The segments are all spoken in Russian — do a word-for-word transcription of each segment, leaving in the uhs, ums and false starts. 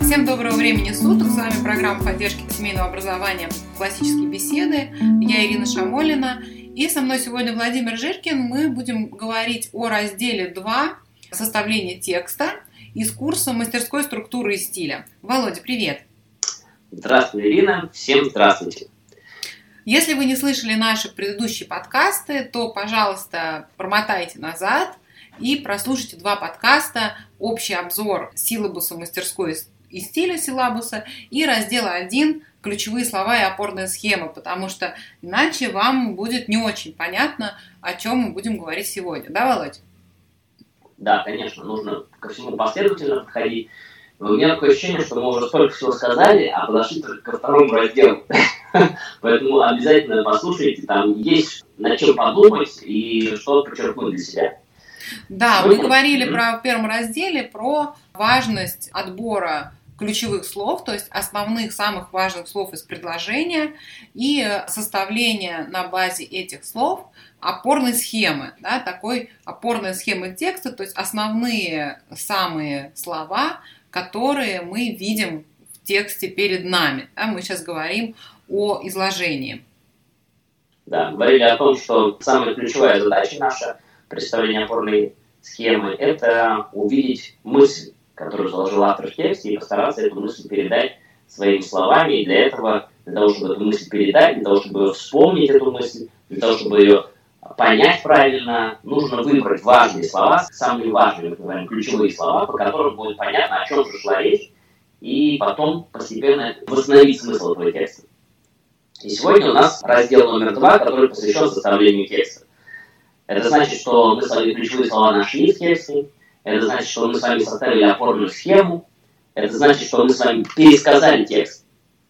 Всем доброго времени суток, с вами программа поддержки семейного образования «Классические беседы». Я Ирина Шамолина, и со мной сегодня Владимир Жиркин. Мы будем говорить о разделе два «Составление текста» из курса «Мастерской структуры и стиля». Володя, привет! Здравствуй, Ирина, всем здравствуйте! Если вы не слышали наши предыдущие подкасты, то, пожалуйста, промотайте назад и прослушайте два подкаста: общий обзор силабуса мастерской и стиля силабуса и раздел один «Ключевые слова и опорная схема», потому что иначе вам будет не очень понятно, о чем мы будем говорить сегодня. Да, Володь? Да, конечно, нужно ко всему последовательно подходить. Но у меня такое ощущение, что мы уже столько всего сказали, а подошли только ко второму разделу. Поэтому обязательно послушайте, там есть над чем подумать и что подчеркнуть для себя. Да, мы говорили про, в первом разделе про важность отбора ключевых слов, то есть основных, самых важных слов из предложения и составление на базе этих слов опорной схемы, да, такой опорной схемы текста, то есть основные самые слова, которые мы видим в тексте перед нами. Да, мы сейчас говорим о изложении. Да, говорили о том, что самая ключевая задача наша представление опорной схемы – это увидеть мысль, которую заложил автор в тексте, и постараться эту мысль передать своими словами. И для этого, для того, чтобы эту мысль передать, для того, чтобы вспомнить эту мысль, для того, чтобы ее понять правильно, нужно выбрать важные слова, самые важные, мы говорим, ключевые слова, по которым будет понятно, о чем же шла речь, и потом постепенно восстановить смысл этого текста. И сегодня у нас раздел номер два, который посвящен составлению текста. Это значит, что мы с вами ключевые слова нашли в тексте, это значит, что мы с вами составили опорную схему, это значит, что мы с вами пересказали текст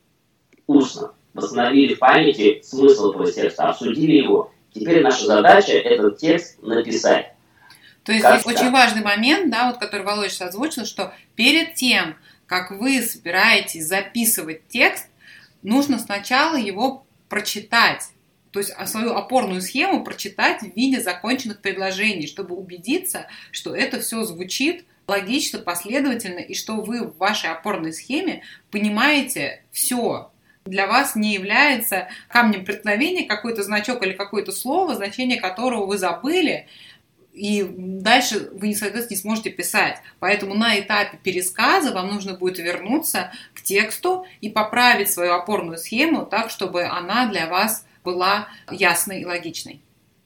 устно, восстановили в памяти смысл этого текста, обсудили его. Теперь наша задача этот текст написать. То есть здесь очень важный момент, да, вот, который Володя сейчас озвучил, что перед тем, как вы собираетесь записывать текст, нужно сначала его прочитать. То есть свою опорную схему прочитать в виде законченных предложений, чтобы убедиться, что это все звучит логично, последовательно, и что вы в вашей опорной схеме понимаете все. Для вас не является камнем преткновения какой-то значок или какое-то слово, значение которого вы забыли, и дальше вы, соответственно, не сможете писать. Поэтому на этапе пересказа вам нужно будет вернуться к тексту и поправить свою опорную схему так, чтобы она для вас была ясной и логичной.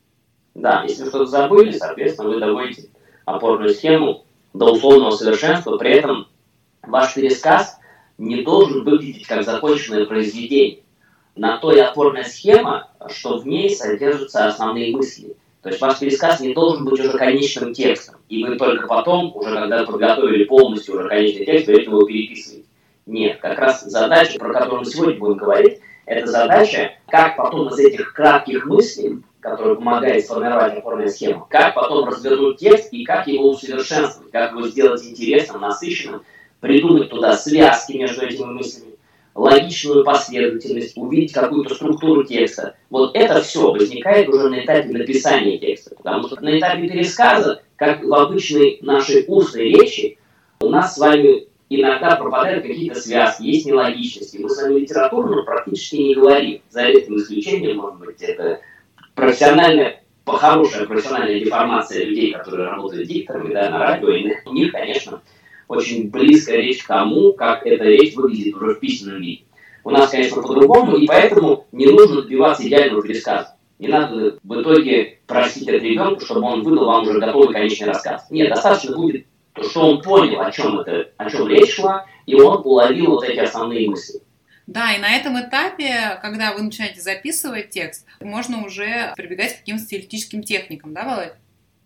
Да, если что-то забыли, соответственно, вы доводите опорную схему до условного совершенства, при этом ваш пересказ не должен выглядеть как законченное произведение. На то и опорная схема, что в ней содержатся основные мысли. То есть ваш пересказ не должен быть уже конечным текстом, и вы только потом, уже когда подготовили полностью уже конечный текст, вы его переписываете. Нет, как раз задача, про которую мы сегодня будем говорить, это задача, как потом из этих кратких мыслей, которые помогают сформировать опорную схему, как потом развернуть текст и как его усовершенствовать, как его сделать интересным, насыщенным, придумать туда связки между этими мыслями, логичную последовательность, увидеть какую-то структуру текста. Вот это все возникает уже на этапе написания текста, потому что на этапе пересказа, как в обычной нашей устной речи, у нас с вами иногда пропадают какие-то связки, есть нелогичности. Мы с вами литературно практически не говорим. За редким исключением, может быть, это профессиональная, хорошая профессиональная деформация людей, которые работают дикторами, да, на радио, и у них, конечно, очень близкая речь к тому, как эта речь выглядит уже в письменном виде. У нас, конечно, по-другому, и поэтому не нужно добиваться идеального пересказа. Не надо в итоге просить от ребенка, чтобы он выдал вам уже готовый конечный рассказ. Нет, достаточно будет, что он понял, о чем, это, о чем речь шла, и он уловил вот эти основные мысли. Да, и на этом этапе, когда вы начинаете записывать текст, можно уже прибегать к каким-то стилистическим техникам, да, Володь?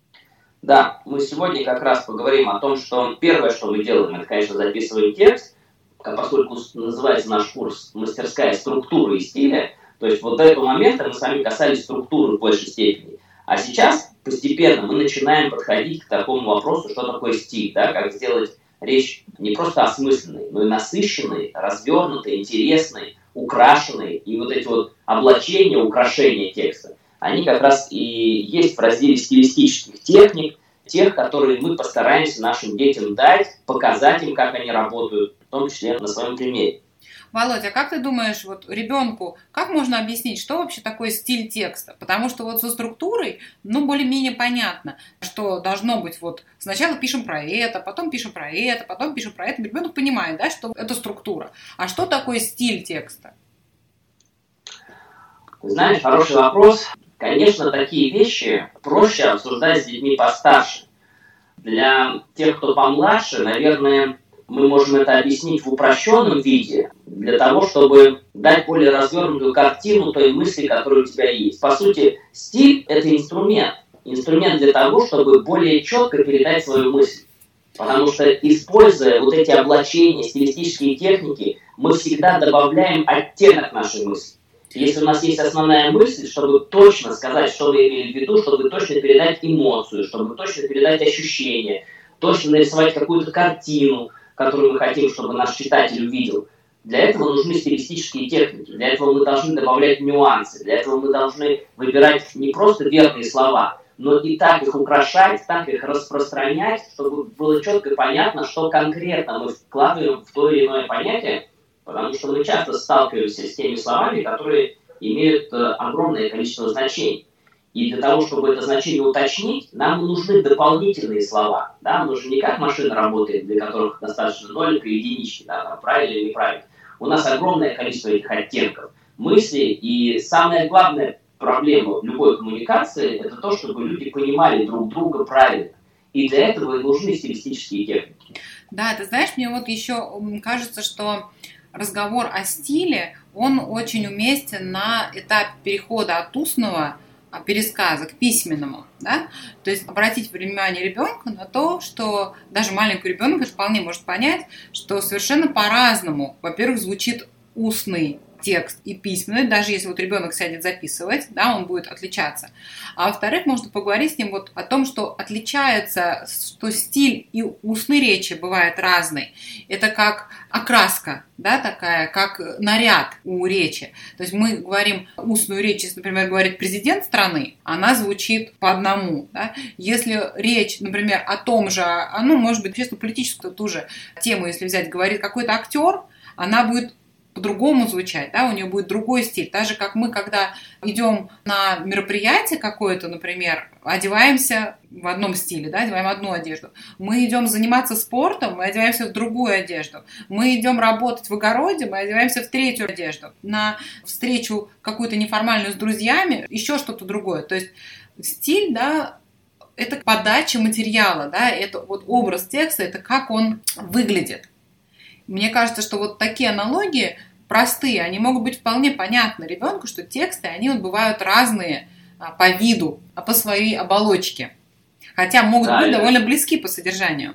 Да, мы сегодня как раз поговорим о том, что первое, что мы делаем, это, конечно, записываем текст, поскольку называется наш курс «Мастерская структура и стиля», то есть вот до этого момента мы с вами касались структуры в большей степени. А сейчас постепенно мы начинаем подходить к такому вопросу, что такое стиль, да, как сделать речь не просто осмысленной, но и насыщенной, развернутой, интересной, украшенной. И вот эти вот облачения, украшения текста, они как раз и есть в разделе стилистических техник, тех, которые мы постараемся нашим детям дать, показать им, как они работают, в том числе на своем примере. Володя, а как ты думаешь, вот ребенку, как можно объяснить, что вообще такое стиль текста? Потому что вот со структурой, ну, более-менее понятно, что должно быть вот сначала пишем про это, потом пишем про это, потом пишем про это. Ребенок понимает, да, что это структура. А что такое стиль текста? Знаешь, хороший вопрос. Конечно, такие вещи проще обсуждать с детьми постарше. Для тех, кто помладше, наверное, мы можем это объяснить в упрощенном виде, для того, чтобы дать более развернутую картину той мысли, которая у тебя есть. По сути, стиль – это инструмент. Инструмент для того, чтобы более четко передать свою мысль. Потому что, используя вот эти облачения, стилистические техники, мы всегда добавляем оттенок нашей мысли. Если у нас есть основная мысль, чтобы точно сказать, что мы имели в виду, чтобы точно передать эмоцию, чтобы точно передать ощущение, точно нарисовать какую-то картину, которую мы хотим, чтобы наш читатель увидел. Для этого нужны стилистические техники, для этого мы должны добавлять нюансы, для этого мы должны выбирать не просто верные слова, но и так их украшать, так их распространять, чтобы было четко понятно, что конкретно мы вкладываем в то или иное понятие, потому что мы часто сталкиваемся с теми словами, которые имеют огромное количество значений. И для того, чтобы это значение уточнить, нам нужны дополнительные слова. Да? Мы же не как машина работает, для которых достаточно нолика и единички, да, там, правильно или неправильно. У нас огромное количество этих оттенков, мыслей, и самая главная проблема любой коммуникации – это то, чтобы люди понимали друг друга правильно. И для этого и нужны стилистические техники. Да, ты знаешь, мне вот еще кажется, что разговор о стиле, он очень уместен на этапе перехода от устного пересказа к письменному, да? То есть обратить внимание ребенка на то, что даже маленький ребенок это вполне может понять, что совершенно по-разному, во-первых, звучит устный текст и письменный, даже если вот ребенок сядет записывать, да, он будет отличаться. А во-вторых, можно поговорить с ним вот о том, что отличается, что стиль и устной речи бывает разный. Это как окраска, да, такая, как наряд у речи. То есть мы говорим устную речь, если, например, говорит президент страны, она звучит по одному. Да? Если речь, например, о том же, ну, может быть, общественно-политическую ту же тему, если взять, говорит какой-то актер, она будет по-другому звучать, да, у нее будет другой стиль. Так же, как мы, когда идем на мероприятие какое-то, например, одеваемся в одном стиле, да, одеваем одну одежду. Мы идем заниматься спортом, мы одеваемся в другую одежду. Мы идем работать в огороде, мы одеваемся в третью одежду. На встречу какую-то неформальную с друзьями, еще что-то другое. То есть стиль, да, это подача материала, да, это вот образ текста, это как он выглядит. Мне кажется, что вот такие аналогии простые, они могут быть вполне понятны ребенку, что тексты, они вот бывают разные по виду, а по своей оболочке. Хотя могут да, быть это... довольно близки по содержанию.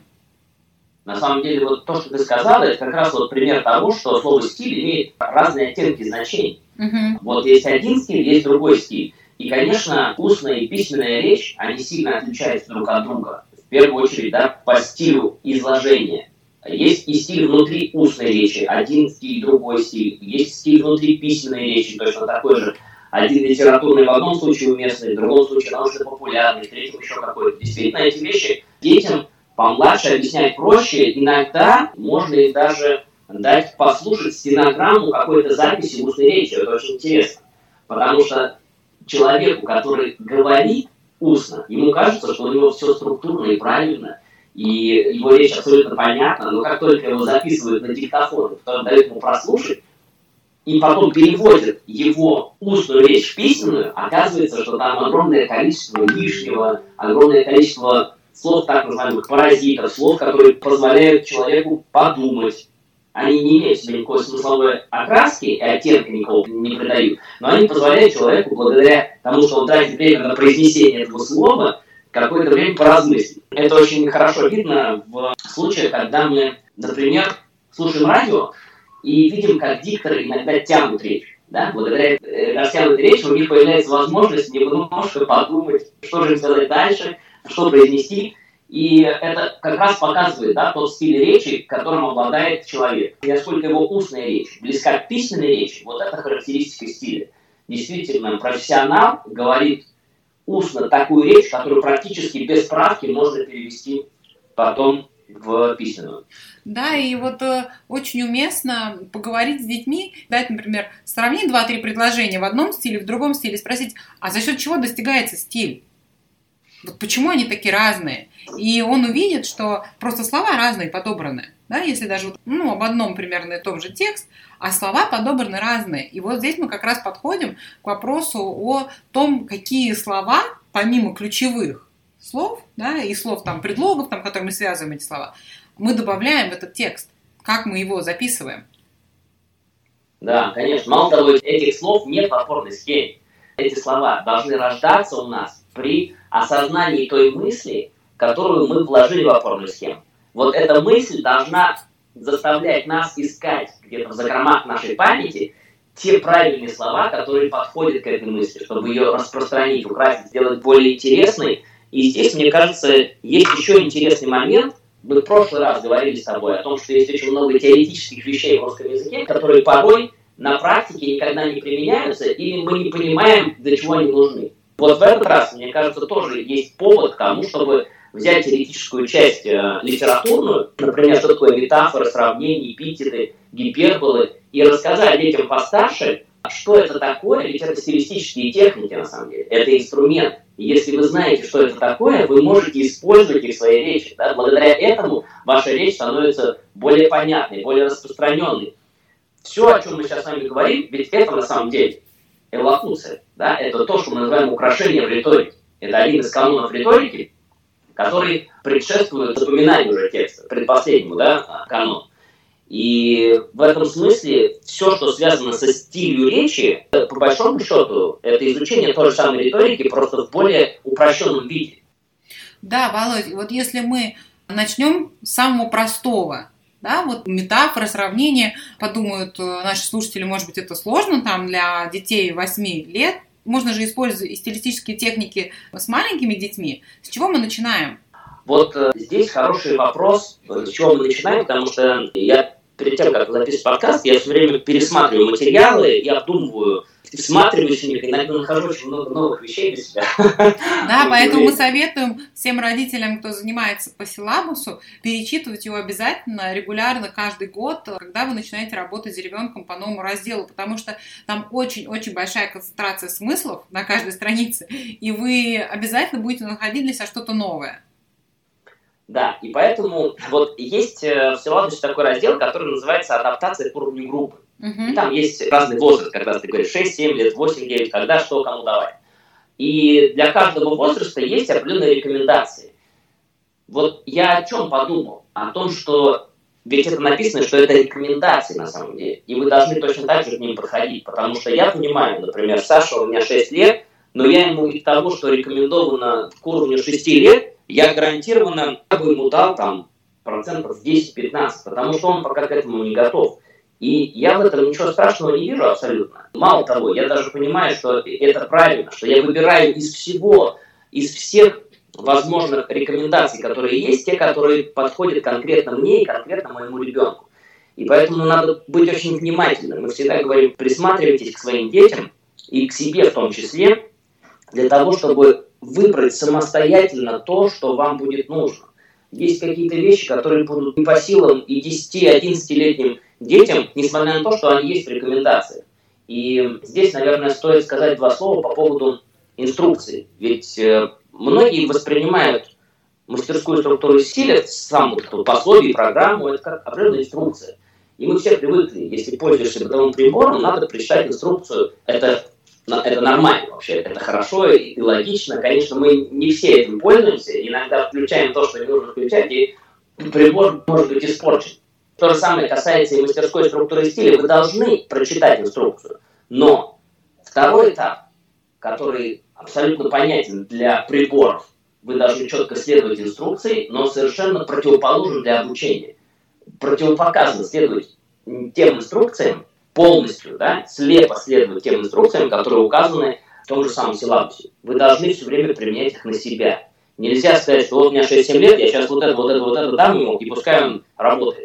На самом деле, вот то, что ты сказала, это как раз вот пример того, что слово «стиль» имеет разные оттенки значений. Угу. Вот есть один стиль, есть другой стиль. И, конечно, устная и письменная речь, они сильно отличаются друг от друга. В первую очередь, да, по стилю изложения. Есть и стиль внутри устной речи, один стиль, другой стиль. Есть стиль внутри письменной речи, точно такой же. Один литературный в одном случае уместный, в другом случае научно-популярный, в третьем еще какой-то. Действительно, эти вещи детям помладше объяснять проще. Иногда можно их даже дать послушать стенограмму какой-то записи устной речи. Это очень интересно. Потому что человеку, который говорит устно, ему кажется, что у него все структурно и правильно, и его речь абсолютно понятна, но как только его записывают на диктофон, потом дают ему прослушать, и потом переводят его устную речь в письменную, оказывается, что там огромное количество лишнего, огромное количество слов, так называемых паразитов, слов, которые позволяют человеку подумать. Они не имеют в себе никакой смысловой окраски и оттенка никакого не придают, но они позволяют человеку, благодаря тому, что он тратит время на произнесение этого слова, какое-то время поразмыслить. Это очень хорошо видно в случаях, когда мы, например, слушаем радио и видим, как дикторы иногда тянут речь. Да? Благодаря растянутой речи у них появляется возможность немножко подумать, что же сказать дальше, что произнести. И это как раз показывает, да, тот стиль речи, которым обладает человек. И насколько его устная речь близка к письменной речи, вот это характеристика стиля. Действительно, профессионал говорит устно такую речь, которую практически без справки можно перевести потом в письменную. Да, и вот э, очень уместно поговорить с детьми, дать, например, сравнить два-три предложения в одном стиле, в другом стиле, спросить, а за счет чего достигается стиль? Вот почему они такие разные? И он увидит, что просто слова разные подобраны. Да, если даже ну, об одном примерно и том же текст, а слова подобраны разные. И вот здесь мы как раз подходим к вопросу о том, какие слова, помимо ключевых слов, да, и слов там предлогов, там, которыми мы связываем эти слова, мы добавляем в этот текст, как мы его записываем. Да, конечно. Мало того, этих слов нет в опорной схеме. Эти слова должны рождаться у нас при осознании той мысли, которую мы вложили в опорную схему. Вот эта мысль должна заставлять нас искать где-то в закромах нашей памяти те правильные слова, которые подходят к этой мысли, чтобы ее распространить, украсить, сделать более интересной. И здесь, мне кажется, есть еще интересный момент. Мы в прошлый раз говорили с тобой о том, что есть очень много теоретических вещей в русском языке, которые порой на практике никогда не применяются, или мы не понимаем, для чего они нужны. Вот в этот раз, мне кажется, тоже есть повод к тому, чтобы взять теоретическую часть э, литературную, например, что такое метафоры, сравнения, эпитеты, гиперболы, и рассказать детям постарше, что это такое, ведь это стилистические техники, на самом деле, это инструмент. И если вы знаете, что это такое, вы можете использовать их в своей речи. Да? Благодаря этому ваша речь становится более понятной, более распространенной. Все, о чем мы сейчас с вами говорим, ведь это на самом деле элокуция. Да? Это то, что мы называем украшение в риторике. Это один из канонов риторики, который предшествует запоминанию уже текста, предпоследнему, да, канону. И в этом смысле все, что связано со стилью речи, по большому счету, это изучение той же самой риторики, просто в более упрощенном виде. Да, Володь, вот если мы начнем с самого простого, да, вот метафоры, сравнения, подумают наши слушатели, может быть, это сложно там для детей восьми лет, можно же использовать и стилистические техники с маленькими детьми. С чего мы начинаем? Вот э, здесь хороший вопрос, с чего мы начинаем, потому что я перед тем, как записывать подкаст, я все время пересматриваю материалы и обдумываю, всматриваюсь в них, иногда нахожу очень много новых вещей для себя. Да, поэтому мы советуем всем родителям, кто занимается по силабусу, перечитывать его обязательно, регулярно, каждый год, когда вы начинаете работать с ребенком по новому разделу, потому что там очень-очень большая концентрация смыслов на каждой странице, и вы обязательно будете находить для себя что-то новое. Да, и поэтому вот есть в силабусе такой раздел, который называется «Адаптация к уровню группы». Uh-huh. И там есть разный возраст, когда ты говоришь шесть-семь лет, восемь-девять, когда, что, кому давать. И для каждого возраста есть определенные рекомендации. Вот я о чем подумал? О том, что ведь это написано, что это рекомендации на самом деле. И вы должны точно так же к ним подходить. Потому что я понимаю, например, Саша у меня шесть лет, но я ему из того, что рекомендовано к уровню шести лет, я гарантированно бы ему дал там процентов десять-пятнадцать, потому что он пока к этому не готов. И я в этом ничего страшного не вижу абсолютно. Мало того, я даже понимаю, что это правильно, что я выбираю из всего, из всех возможных рекомендаций, которые есть, те, которые подходят конкретно мне и конкретно моему ребенку. И поэтому надо быть очень внимательным. Мы всегда говорим, присматривайтесь к своим детям и к себе в том числе, для того, чтобы выбрать самостоятельно то, что вам будет нужно. Есть какие-то вещи, которые будут не по силам и десяти-одиннадцатилетним детям, несмотря на то, что они есть в рекомендациях. И здесь, наверное, стоит сказать два слова по поводу инструкции. Ведь э, многие воспринимают мастерскую структуру стиля, сам вот это пособие, программу, это как определенная инструкция. И мы все привыкли, если пользуешься бытовым прибором, надо прочитать инструкцию. Это Это нормально вообще, это хорошо и логично. Конечно, мы не все этим пользуемся, иногда включаем то, что не нужно включать, и прибор может быть испорчен. То же самое касается и мастерской структуры стиля. Вы должны прочитать инструкцию. Но второй этап, который абсолютно понятен для приборов, вы должны четко следовать инструкции, но совершенно противоположен для обучения. Противопоказано следовать тем инструкциям, полностью, да, слепо следовать тем инструкциям, которые указаны в том же самом силабусе. Вы должны все время применять их на себя. Нельзя сказать, что вот у меня шесть-семь лет, я сейчас вот это, вот это, вот это дам ему, и пускай он работает.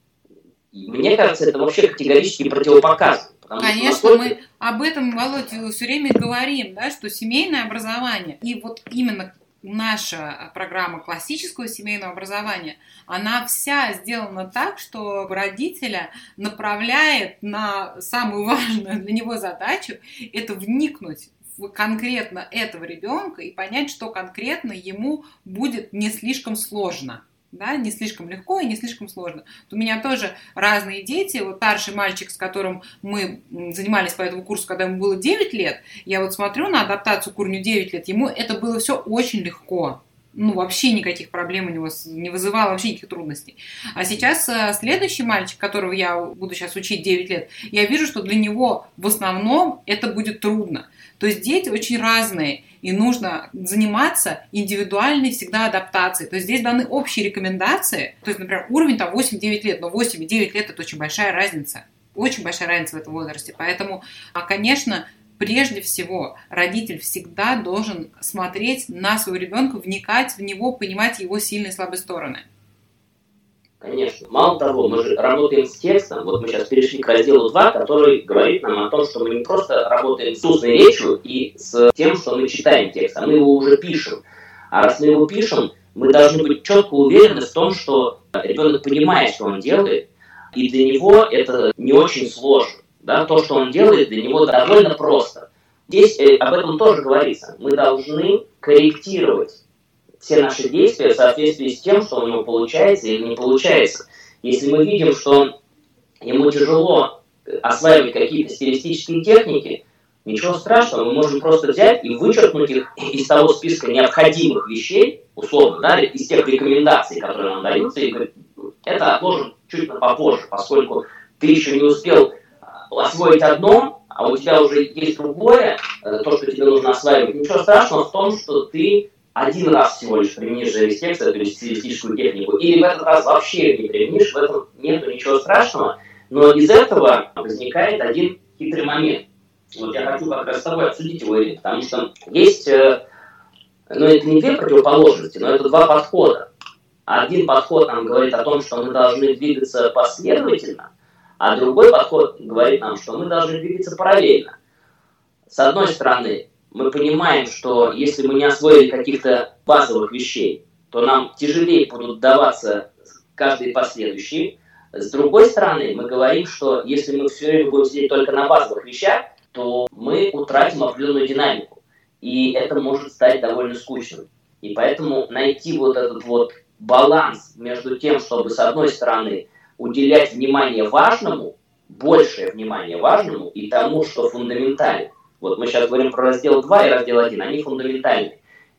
И мне кажется, это вообще категорически противопоказано. Конечно, насколько... мы об этом, Володь, все время говорим, да, что семейное образование, и вот именно наша программа классического семейного образования, она вся сделана так, что родителя направляет на самую важную для него задачу – это вникнуть в конкретно этого ребенка и понять, что конкретно ему будет не слишком сложно. Да, не слишком легко и не слишком сложно. Вот у меня тоже разные дети. Вот старший мальчик, с которым мы занимались по этому курсу, когда ему было девять лет, я вот смотрю на адаптацию к уровню девять лет, ему это было все очень легко. Ну, вообще никаких проблем у него не вызывало, вообще никаких трудностей. А сейчас следующий мальчик, которого я буду сейчас учить девять лет, я вижу, что для него в основном это будет трудно. То есть дети очень разные, и нужно заниматься индивидуальной всегда адаптацией. То есть здесь даны общие рекомендации. То есть, например, уровень там восемь-девять лет, но восемь и девять лет – это очень большая разница. Очень большая разница в этом возрасте. Поэтому, конечно, прежде всего родитель всегда должен смотреть на своего ребенка, вникать в него, понимать его сильные и слабые стороны. Конечно. Мало того, мы же работаем с текстом. Вот мы сейчас перешли к разделу два, который говорит нам о том, что мы не просто работаем с устной речью и с тем, что мы читаем текст, а мы его уже пишем. А раз мы его пишем, мы должны быть четко уверены в том, что ребенок понимает, что он делает, и для него это не очень сложно. Да? То, что он делает, для него довольно просто. Здесь э, об этом тоже говорится. Мы должны корректировать все наши действия в соответствии с тем, что у него получается или не получается. Если мы видим, что ему тяжело осваивать какие-то стилистические техники, ничего страшного, мы можем просто взять и вычеркнуть их из того списка необходимых вещей, условно, да, из тех рекомендаций, которые нам даются, и говорить, это отложим чуть попозже, поскольку ты еще не успел освоить одно, а у тебя уже есть другое, то, что тебе нужно осваивать. Ничего страшного в том, что ты один раз всего лишь применишь животекст, эту стилистическую технику, или в этот раз вообще не применишь, в этом нет ничего страшного, но из этого возникает один хитрый момент. Вот я хочу как раз с тобой обсудить его, Ирина, потому что есть, ну это не две противоположности, но это два подхода. Один подход нам говорит о том, что мы должны двигаться последовательно, а другой подход говорит нам, что мы должны двигаться параллельно. С одной стороны, мы понимаем, что если мы не освоили каких-то базовых вещей, то нам тяжелее будут даваться каждые последующие. С другой стороны, мы говорим, что если мы все время будем сидеть только на базовых вещах, то мы утратим определенную динамику. И это может стать довольно скучным. И поэтому найти вот этот вот баланс между тем, чтобы с одной стороны уделять внимание важному, большее внимание важному и тому, что фундаментально. Вот мы сейчас говорим про раздел два и раздел один, они фундаментальны.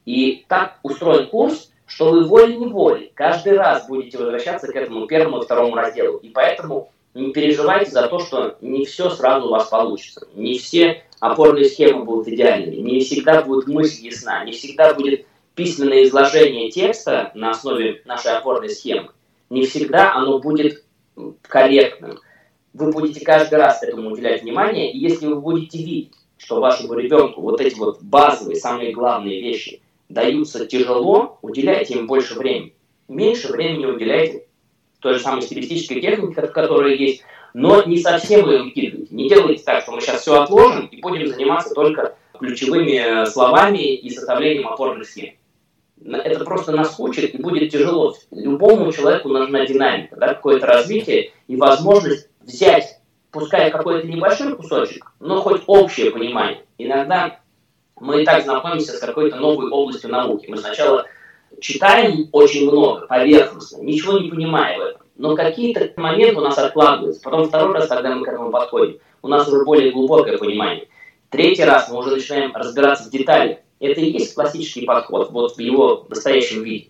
И так устроен курс, что вы волей-неволей каждый раз будете возвращаться к этому первому и второму разделу. И поэтому не переживайте за то, что не все сразу у вас получится. Не все опорные схемы будут идеальными, не всегда будет мысль ясна, не всегда будет письменное изложение текста на основе нашей опорной схемы. Не всегда оно будет корректным. Вы будете каждый раз этому уделять внимание, и если вы будете видеть, что вашему ребенку вот эти вот базовые, самые главные вещи даются тяжело, уделяйте им больше времени. Меньше времени уделяйте той же самой стилистической технике, которая есть, но не совсем ее выкидывайте. Не делайте так, что мы сейчас все отложим и будем заниматься только ключевыми словами и составлением опорных схем. Это просто наскучит и будет тяжело. Любому человеку нужна динамика, да, какое-то развитие и возможность взять, пускай какой-то небольшой кусочек, но хоть общее понимание. Иногда мы и так знакомимся с какой-то новой областью науки. Мы сначала читаем очень много, поверхностно, ничего не понимая в этом. Но какие-то моменты у нас откладываются. Потом второй раз, когда мы к этому подходим, у нас уже более глубокое понимание. Третий раз мы уже начинаем разбираться в деталях. Это и есть классический подход, вот в его настоящем виде.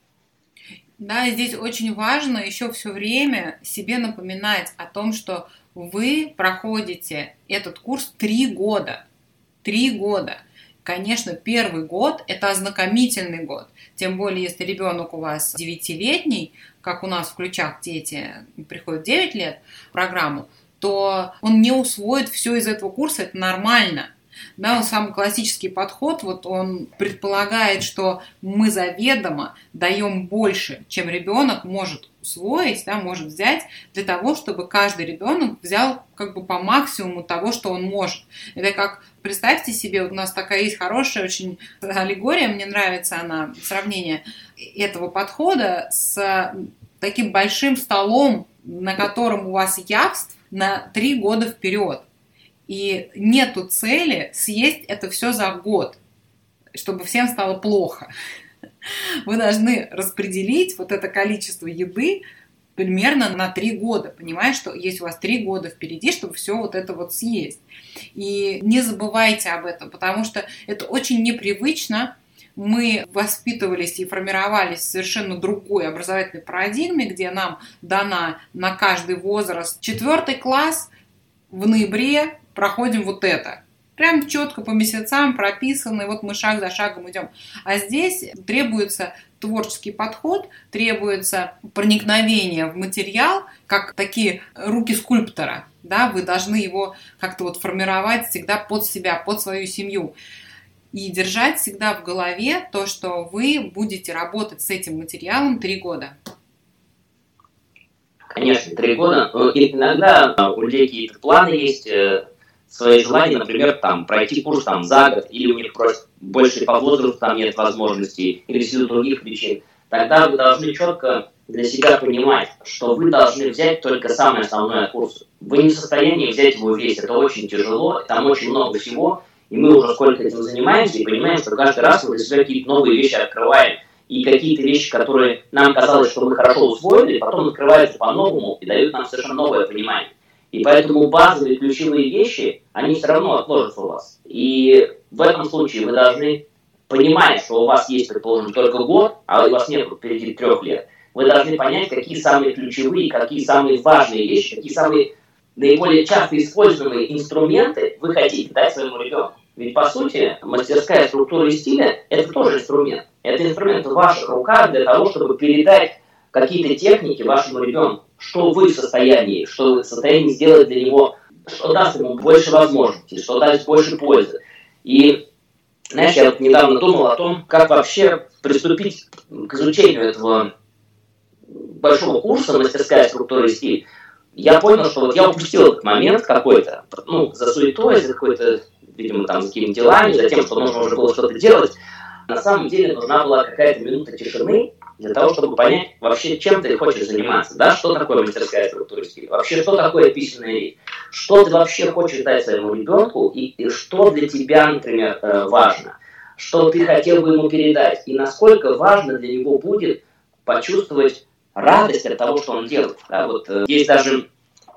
Да, здесь очень важно еще все время себе напоминать о том, что вы проходите этот курс три года. Три года. Конечно, первый год – это ознакомительный год. Тем более, если ребенок у вас девятилетний, как у нас в ключах дети приходят девять лет в программу, то он не усвоит все из этого курса, это нормально. Да, он самый классический подход, вот он предполагает, что мы заведомо даем больше, чем ребенок может усвоить, да, может взять, для того, чтобы каждый ребенок взял как бы по максимуму того, что он может. Это как, представьте себе, вот у нас такая есть хорошая очень аллегория, мне нравится она, сравнение этого подхода с таким большим столом, на котором у вас явств на три года вперед. И нету цели съесть это все за год, чтобы всем стало плохо. Вы должны распределить вот это количество еды примерно на три года. Понимаете, что есть у вас три года впереди, чтобы все вот это вот съесть. И не забывайте об этом, потому что это очень непривычно. Мы воспитывались и формировались в совершенно другой образовательной парадигме, где нам дана на каждый возраст четвертый класс, в ноябре проходим вот это. Прям четко по месяцам прописано, и вот мы шаг за шагом идем. А здесь требуется творческий подход, требуется проникновение в материал, как такие руки скульптора. Да? Вы должны его как-то вот формировать всегда под себя, под свою семью. И держать всегда в голове то, что вы будете работать с этим материалом три года. Конечно, три года. И иногда у людей какие-то планы есть, свои желания, например, там, пройти курс там, за год, или у них просто больше по возрасту там нет возможностей, или в силу других причин. Тогда вы должны четко для себя понимать, что вы должны взять только самое основное курс. Вы не в состоянии взять его весь, это очень тяжело, там очень много всего, и мы уже сколько этим занимаемся, и понимаем, что каждый раз мы для себя какие-то новые вещи открываем, и какие-то вещи, которые нам казалось, что мы хорошо усвоили, потом открываются по-новому и дают нам совершенно новое понимание. И поэтому базовые ключевые вещи, они все равно отложатся у вас. И в этом случае вы должны понимать, что у вас есть, предположим, только год, а у вас нет впереди трех лет. Вы должны понять, какие самые ключевые, какие самые важные вещи, какие самые наиболее часто используемые инструменты вы хотите дать своему ребенку. Ведь, по сути, мастерская структура и стиля – это тоже инструмент. Это инструмент в ваших руках для того, чтобы передать какие-то техники вашему ребенку. Что вы в состоянии, что вы в состоянии сделать для него, что даст ему больше возможностей, что даст больше пользы. И, знаешь, я вот недавно думал о том, как вообще приступить к изучению этого большого курса «Мастерская структура и стиль». Я понял, что вот я упустил этот момент какой-то, ну, за суетой, за какой-то, видимо, там, за какими-то делами, за тем, что нужно уже было что-то делать. На самом деле нужна была какая-то минута тишины, для того, чтобы понять вообще, чем ты хочешь заниматься, да, что такое мастерская структура и стиль, вообще, что такое письменная речь, что ты вообще хочешь дать своему ребенку, и, и что для тебя, например, важно, что ты хотел бы ему передать, и насколько важно для него будет почувствовать радость от того, что он делает. Да, вот, есть даже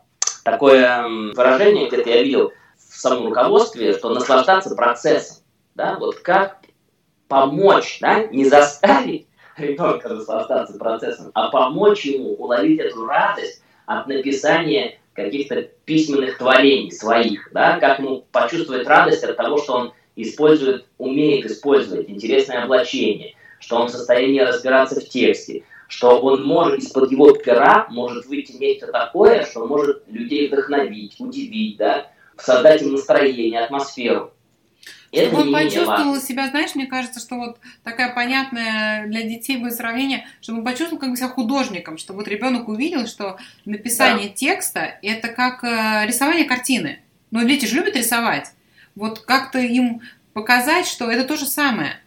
такое выражение, где-то я видел в самом руководстве, что наслаждаться процессом, да, вот как помочь, да, не заставить ребенка наслаждаться процессом, а помочь ему уловить эту радость от написания каких-то письменных творений своих, да, как ему почувствовать радость от того, что он использует, умеет использовать интересное облачение, что он в состоянии разбираться в тексте, что он может из-под его пера может выйти нечто такое, что может людей вдохновить, удивить, да, создать им настроение, атмосферу. Это чтобы он почувствовал важно. Себя, знаешь, мне кажется, что вот такая понятная для детей будет сравнение, чтобы он почувствовал как бы себя художником, чтобы вот ребенок увидел, что написание да. текста – это как э, рисование картины. Ну, дети же любят рисовать. Вот как-то им показать, что это то же самое.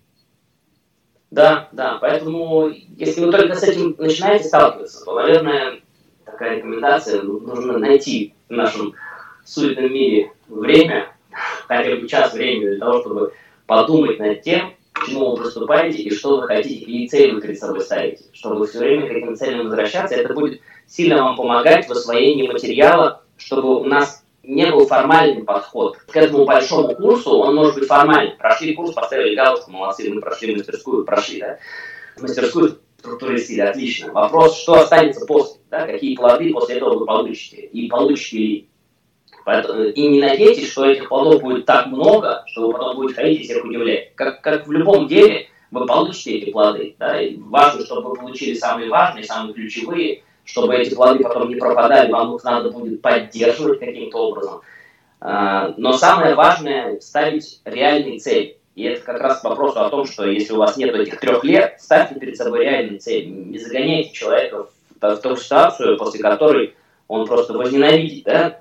Да, да, поэтому если вы только с этим начинаете сталкиваться, то, наверное, такая рекомендация, нужно найти в нашем суетном мире время, хотя бы час времени для того, чтобы подумать над тем, к чему вы приступаете и что вы хотите, какие цели вы перед собой ставите. Чтобы все время к этим целям возвращаться, это будет сильно вам помогать в освоении материала, чтобы у нас не был формальный подход. К этому большому курсу он может быть формальный. Прошли курс, поставили галочку, молодцы, мы прошли мастерскую, прошли, да? Мастерскую структуры стиля, отлично. Вопрос, что останется после, да? Какие плоды после этого вы получите, и получите ли. Поэтому, и не надейтесь, что этих плодов будет так много, что вы потом будете ходить и всех удивлять. Как, как в любом деле, вы получите эти плоды. Да? И важно, чтобы вы получили самые важные, самые ключевые, чтобы эти плоды потом не пропадали, вам их надо будет поддерживать каким-то образом. Но самое важное – ставить реальные цели. И это как раз к вопросу о том, что если у вас нет этих трех лет, ставьте перед собой реальные цели. Не загоняйте человека в, в ту ситуацию, после которой он просто возненавидит, да,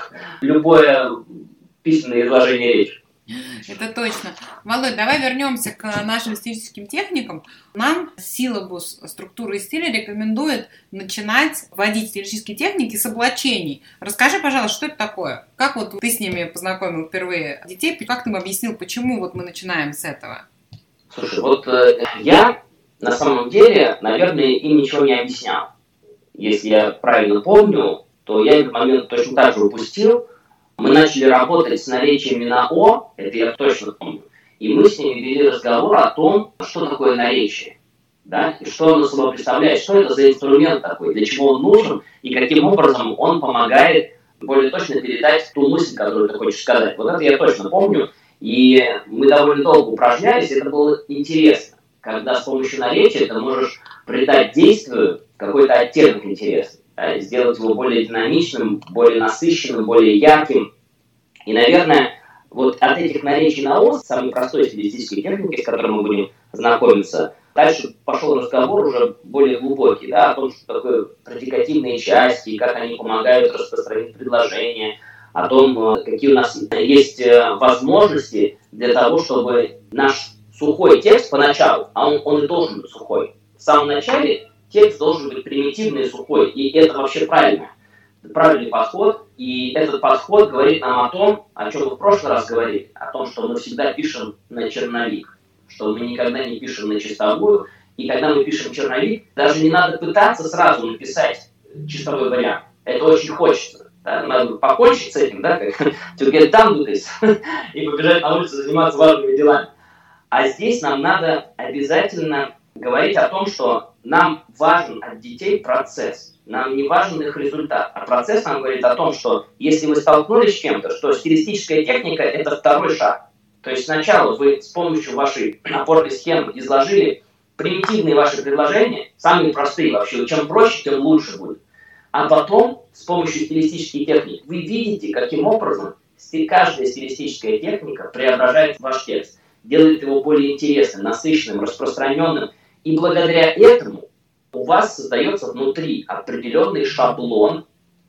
любое письменное изложение речи. Это точно. Володь, давай вернемся к нашим стилистическим техникам. Нам силабус структуры и стиля рекомендует начинать вводить стилистические техники с облачений. Расскажи, пожалуйста, что это такое? Как вот ты с ними познакомил впервые детей? Как ты им объяснил, почему вот мы начинаем с этого? Слушай, вот э, я на самом деле, наверное, им ничего не объяснял. Если я правильно помню, то я этот момент точно так же упустил. Мы начали работать с наречиями на «о», это я точно помню, и мы с ними вели разговор о том, что такое наречие, да, и что оно собой представляет, что это за инструмент такой, для чего он нужен, и каким образом он помогает более точно передать ту мысль, которую ты хочешь сказать. Вот это я точно помню, и мы довольно долго упражнялись, это было интересно, когда с помощью наречия ты можешь придать действию какой-то оттенок интересный. Сделать его более динамичным, более насыщенным, более ярким. И, наверное, вот от этих наречий на «о», самой простой стилистической техники, с которой мы будем знакомиться, дальше пошел разговор уже более глубокий, да, о том, что такое предикативные части, как они помогают распространить предложения, о том, какие у нас есть возможности для того, чтобы наш сухой текст поначалу, а он, он и должен быть сухой, в самом начале текст должен быть примитивный и сухой, и это вообще правильно. Это правильный подход, и этот подход говорит нам о том, о чем мы в прошлый раз говорили, о том, что мы всегда пишем на черновик, что мы никогда не пишем на чистовую, и когда мы пишем черновик, даже не надо пытаться сразу написать чистовой вариант. Это очень хочется. Да? Надо покончить с этим, да, как to get done with this, и побежать на улицу заниматься важными делами. А здесь нам надо обязательно говорить о том, что нам важен от детей процесс, нам не важен их результат. А процесс нам говорит о том, что если вы столкнулись с чем-то, что стилистическая техника – это второй шаг. То есть сначала вы с помощью вашей опорной схемы изложили примитивные ваши предложения, самые простые вообще, чем проще, тем лучше будет. А потом с помощью стилистических техник вы видите, каким образом каждая стилистическая техника преображает ваш текст, делает его более интересным, насыщенным, распространенным. И благодаря этому у вас создается внутри определенный шаблон,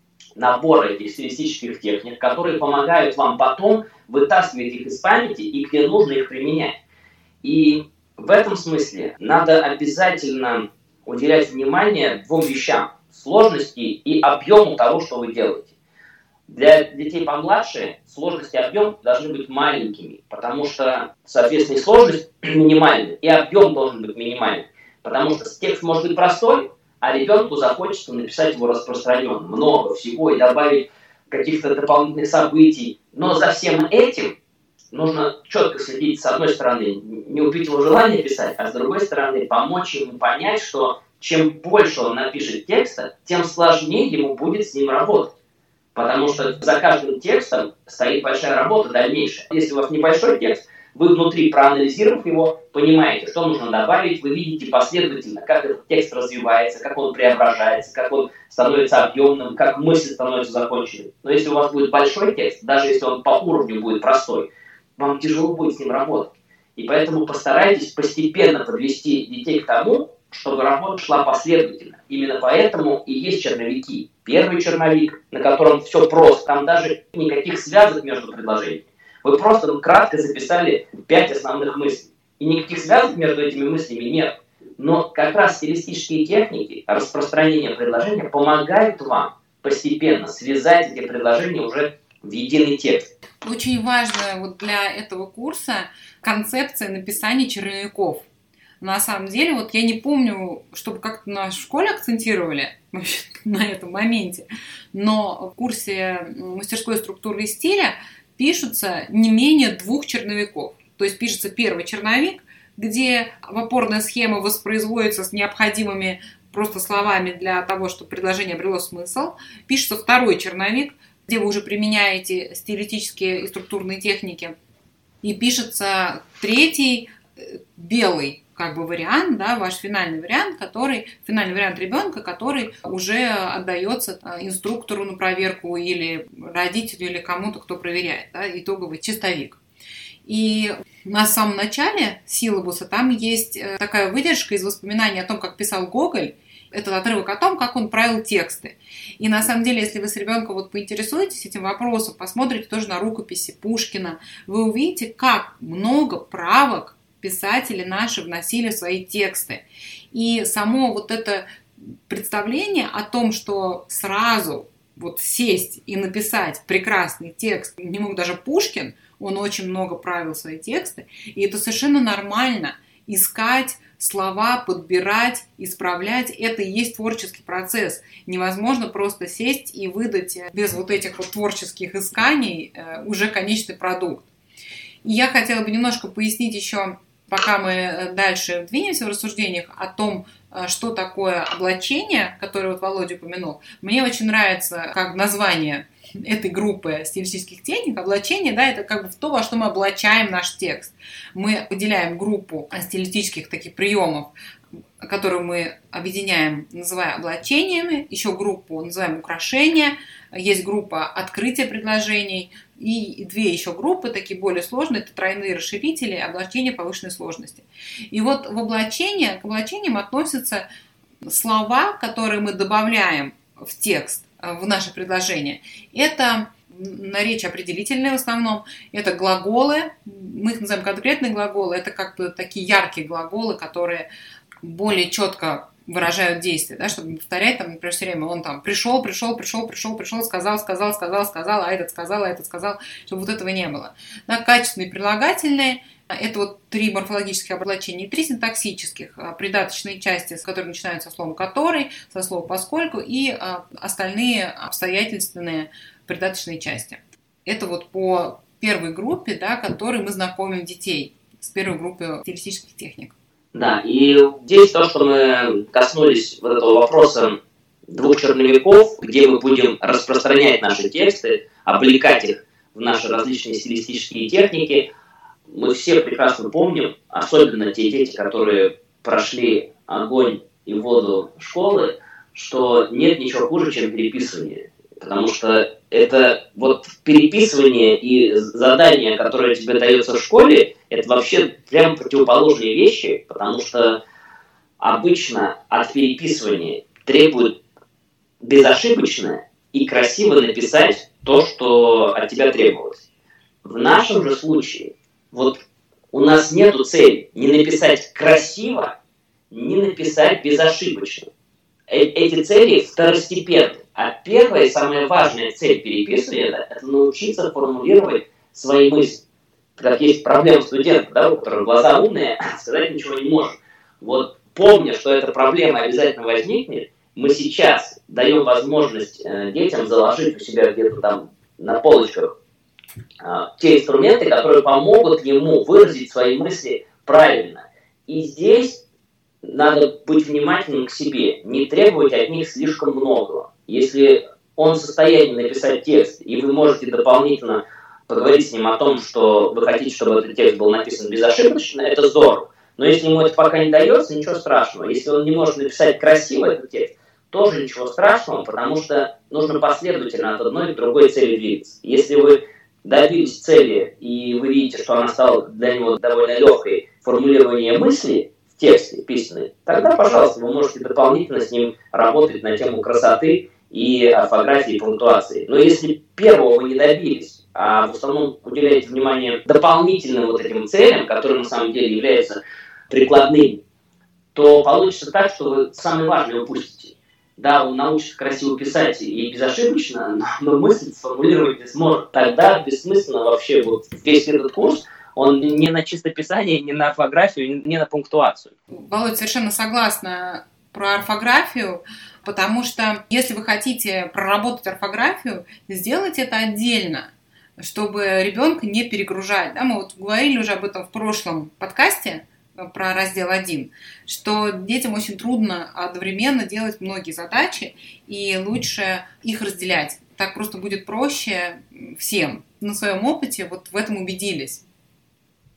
набор этих стилистических техник, которые помогают вам потом вытаскивать их из памяти и где нужно их применять. И в этом смысле надо обязательно уделять внимание двум вещам: сложности и объему того, что вы делаете. Для детей помладше сложность и объем должны быть маленькими, потому что, соответственно, и сложность минимальная, и объем должен быть минимальный. Потому что текст может быть простой, а ребенку захочется написать его распространенным, много всего, и добавить каких-то дополнительных событий. Но за всем этим нужно четко следить, с одной стороны, не убить его желание писать, а с другой стороны, помочь ему понять, что чем больше он напишет текста, тем сложнее ему будет с ним работать. Потому что за каждым текстом стоит большая работа дальнейшая. Если у вас небольшой текст, вы внутри, проанализировав его, понимаете, что нужно добавить, вы видите последовательно, как этот текст развивается, как он преображается, как он становится объемным, как мысль становится законченной. Но если у вас будет большой текст, даже если он по уровню будет простой, вам тяжело будет с ним работать. И поэтому постарайтесь постепенно подвести детей к тому, чтобы работа шла последовательно. Именно поэтому и есть черновики. Первый черновик, на котором все просто, там даже никаких связок между предложениями. Вы просто ну, кратко записали пять основных мыслей. И никаких связок между этими мыслями нет. Но как раз стилистические техники распространения предложения помогают вам постепенно связать эти предложения уже в единый текст. Очень важно вот для этого курса концепция написания черновиков. На самом деле, вот я не помню, чтобы как-то нас в школе акцентировали на этом моменте, но в курсе мастерской структуры и стиля пишутся не менее двух черновиков. То есть пишется первый черновик, где опорная схема воспроизводится с необходимыми просто словами для того, чтобы предложение обрело смысл. Пишется второй черновик, где вы уже применяете стилистические и структурные техники. И пишется третий, белый, как бы вариант, да, ваш финальный вариант, который, финальный вариант ребенка, который уже отдается инструктору на проверку или родителю, или кому-то, кто проверяет, да, итоговый чистовик. И на самом начале силабуса там есть такая выдержка из воспоминаний о том, как писал Гоголь, этот отрывок о том, как он правил тексты. И на самом деле, если вы с ребенком вот поинтересуетесь этим вопросом, посмотрите тоже на рукописи Пушкина, вы увидите, как много правок писатели наши вносили в свои тексты. И само вот это представление о том, что сразу вот сесть и написать прекрасный текст не мог даже Пушкин, он очень много правил свои тексты, и это совершенно нормально искать слова, подбирать, исправлять. Это и есть творческий процесс. Невозможно просто сесть и выдать без вот этих вот творческих исканий уже конечный продукт. И я хотела бы немножко пояснить еще, пока мы дальше двинемся в рассуждениях о том, что такое облачение, которое вот Володя упомянул. Мне очень нравится как название этой группы стилистических техник. Облачение, да, это как бы то, во что мы облачаем наш текст. Мы выделяем группу стилистических таких приемов, которую мы объединяем, называя облачениями, еще группу называем украшения, есть группа открытия предложений, и две еще группы, такие более сложные, это тройные расширители, облачения повышенной сложности. И вот в облачение, к облачениям относятся слова, которые мы добавляем в текст, в наше предложение. Это наречия определительные в основном, это глаголы, мы их называем конкретные глаголы, это как бы такие яркие глаголы, которые более четко выражают действие, да, чтобы не повторять, там, например, все время он там пришел, пришел, пришел, пришел, пришел, сказал, сказал, сказал, сказал, а этот сказал, а этот сказал, чтобы вот этого не было. Да, качественные прилагательные, это вот три морфологических облачения, три синтаксических, придаточные части, с которыми начинаются со слова «который», со слова «поскольку», и остальные обстоятельственные придаточные части. Это вот по первой группе, да, которой мы знакомим детей, с первой группой стилистических техник. Да, и здесь то, что мы коснулись вот этого вопроса двух черновиков, где мы будем распространять наши тексты, облекать их в наши различные стилистические техники, мы все прекрасно помним, особенно те дети, которые прошли огонь и воду школы, что нет ничего хуже, чем переписывание. Потому что это вот переписывание и задание, которое тебе дается в школе, это вообще прям противоположные вещи, потому что обычно от переписывания требует безошибочно и красиво написать то, что от тебя требовалось. В нашем же случае вот у нас нету цели не написать красиво, не написать безошибочно. Эти цели второстепенны. А первая и самая важная цель переписывания – это научиться формулировать свои мысли. Как есть проблема студента, да, у которого глаза умные, сказать ничего не может. Вот помня, что эта проблема обязательно возникнет, мы сейчас даем возможность э, детям заложить у себя где-то там на полочках э, те инструменты, которые помогут ему выразить свои мысли правильно. И здесь надо быть внимательным к себе, не требовать от них слишком многого. Если он в состоянии написать текст, и вы можете дополнительно поговорить с ним о том, что вы хотите, чтобы этот текст был написан безошибочно, это здорово. Но если ему это пока не дается, ничего страшного. Если он не может написать красиво этот текст, тоже ничего страшного, потому что нужно последовательно от одной к другой цели двигаться. Если вы добились цели, и вы видите, что она стала для него довольно легкой, формулирование мысли в тексте письменной, тогда, пожалуйста, вы можете дополнительно с ним работать на тему красоты и орфографии, и пунктуации. Но если первого вы не добились, а в основном уделяете внимание дополнительным вот этим целям, которые на самом деле являются прикладными, то получится так, что вы самое важное упустите. Да, он научится красиво писать и безошибочно, но мысль сформулировать не сможет. Тогда бессмысленно вообще вот весь этот курс, он не на чистописание, не на орфографию, не на пунктуацию. Володь, совершенно согласна про орфографию, потому что если вы хотите проработать орфографию, сделайте это отдельно, чтобы ребенка не перегружать. Да, мы вот говорили уже об этом в прошлом подкасте, про раздел один, что детям очень трудно одновременно делать многие задачи, и лучше их разделять. Так просто будет проще всем. На своем опыте вот в этом убедились.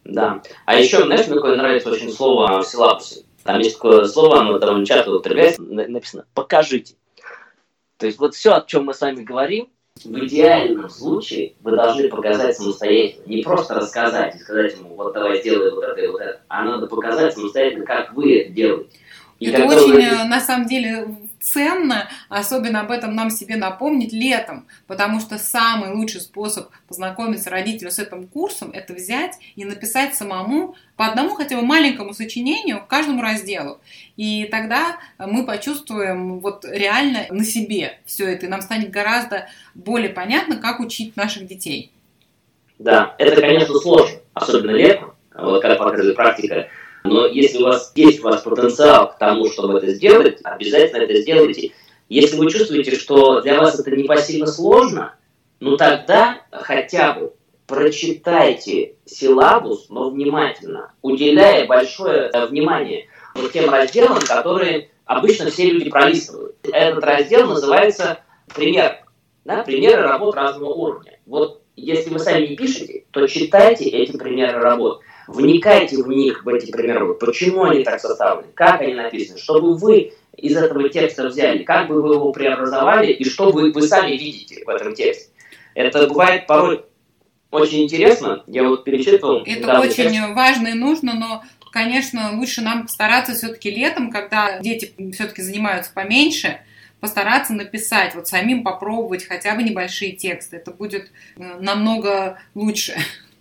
Да. А еще, знаешь, мне такое нравится очень слово в силабусе. Там есть такое слово, оно довольно часто употребляется, написано «покажите». То есть вот все, о чем мы с вами говорим, в идеальном случае вы должны показать самостоятельно. Не просто рассказать и сказать ему, вот давай сделай вот это и вот это, а надо показать самостоятельно, как вы это делаете. И это очень, вы... на самом деле, ценно, особенно об этом нам себе напомнить летом, потому что самый лучший способ познакомиться родителю с этим курсом – это взять и написать самому по одному хотя бы маленькому сочинению к каждому разделу. И тогда мы почувствуем вот реально на себе все это, и нам станет гораздо более понятно, как учить наших детей. Да, это, конечно, сложно, особенно летом, вот как показывает практика. Но если у вас есть у вас потенциал к тому, чтобы это сделать, обязательно это сделайте. Если вы чувствуете, что для вас это непосильно сложно, ну тогда хотя бы прочитайте силабус, но внимательно, уделяя большое внимание вот тем разделам, которые обычно все люди пролистывают. Этот раздел называется «Пример». Да, примеры работ разного уровня. Вот если вы сами не пишете, то читайте эти примеры работ. Вникайте в них, в эти примеры, почему они так составлены, как они написаны, чтобы вы из этого текста взяли, как бы вы его преобразовали и что вы, вы сами видите в этом тексте. Это бывает порой очень интересно, я вот перечитывал. Это очень текст. Важно и нужно, но, конечно, лучше нам постараться все-таки летом, когда дети все-таки занимаются поменьше, постараться написать, вот самим попробовать хотя бы небольшие тексты. Это будет намного лучше.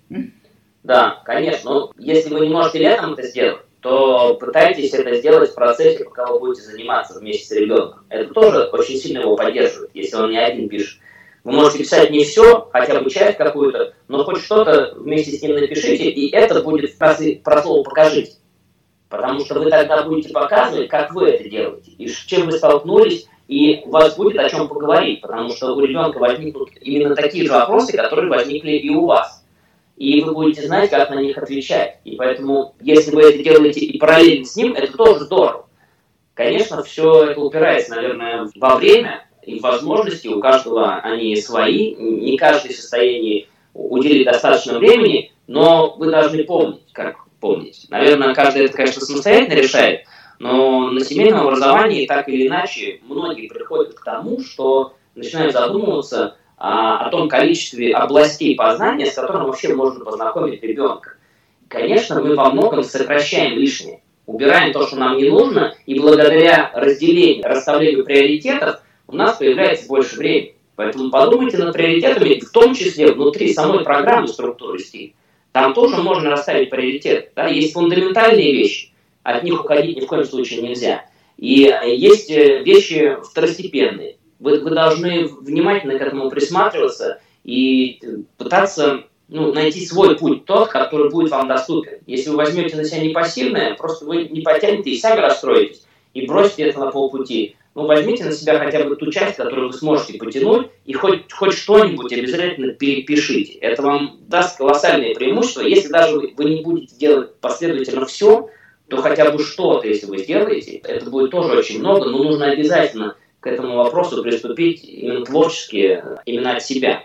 Да, конечно. Но если вы не можете летом это сделать, то пытайтесь это сделать в процессе, пока вы будете заниматься вместе с ребенком. Это тоже очень сильно его поддерживает, если он не один пишет. Вы можете писать не все, хотя бы часть какую-то, но хоть что-то вместе с ним напишите, и это будет про слово «покажите». Потому что вы тогда будете показывать, как вы это делаете, и с чем вы столкнулись, и у вас будет о чем поговорить, потому что у ребенка возникнут именно такие же вопросы, которые возникли и у вас. И вы будете знать, как на них отвечать. И поэтому, если вы это делаете и параллельно с ним, это тоже здорово. Конечно, все это упирается, наверное, во время и возможности. У каждого они свои. Не каждый в состоянии уделить достаточно времени, но вы должны помнить, как помнить. Наверное, каждый это, конечно, самостоятельно решает, но на семейном образовании так или иначе многие приходят к тому, что начинают задумываться о, о том количестве областей познания, с которым вообще можно познакомить ребенка. Конечно, мы во многом сокращаем лишнее, убираем то, что нам не нужно, и благодаря разделению, расставлению приоритетов у нас появляется больше времени. Поэтому подумайте над приоритетами, в том числе внутри самой программы структуры стиля. Там тоже можно расставить приоритет. Да? Есть фундаментальные вещи, от них уходить ни в коем случае нельзя. И есть вещи второстепенные. Вы, вы должны внимательно к этому присматриваться и пытаться ну, найти свой путь, тот, который будет вам доступен. Если вы возьмете на себя непосильное, просто вы не потянете и сами расстроитесь, и бросите это на полпути. Ну, возьмите на себя хотя бы ту часть, которую вы сможете потянуть, и хоть, хоть что-нибудь обязательно перепишите. Это вам даст колоссальное преимущество. Если даже вы, вы не будете делать последовательно все, то хотя бы что-то, если вы сделаете, это будет тоже очень много, но нужно обязательно к этому вопросу приступить именно творчески, именно от себя.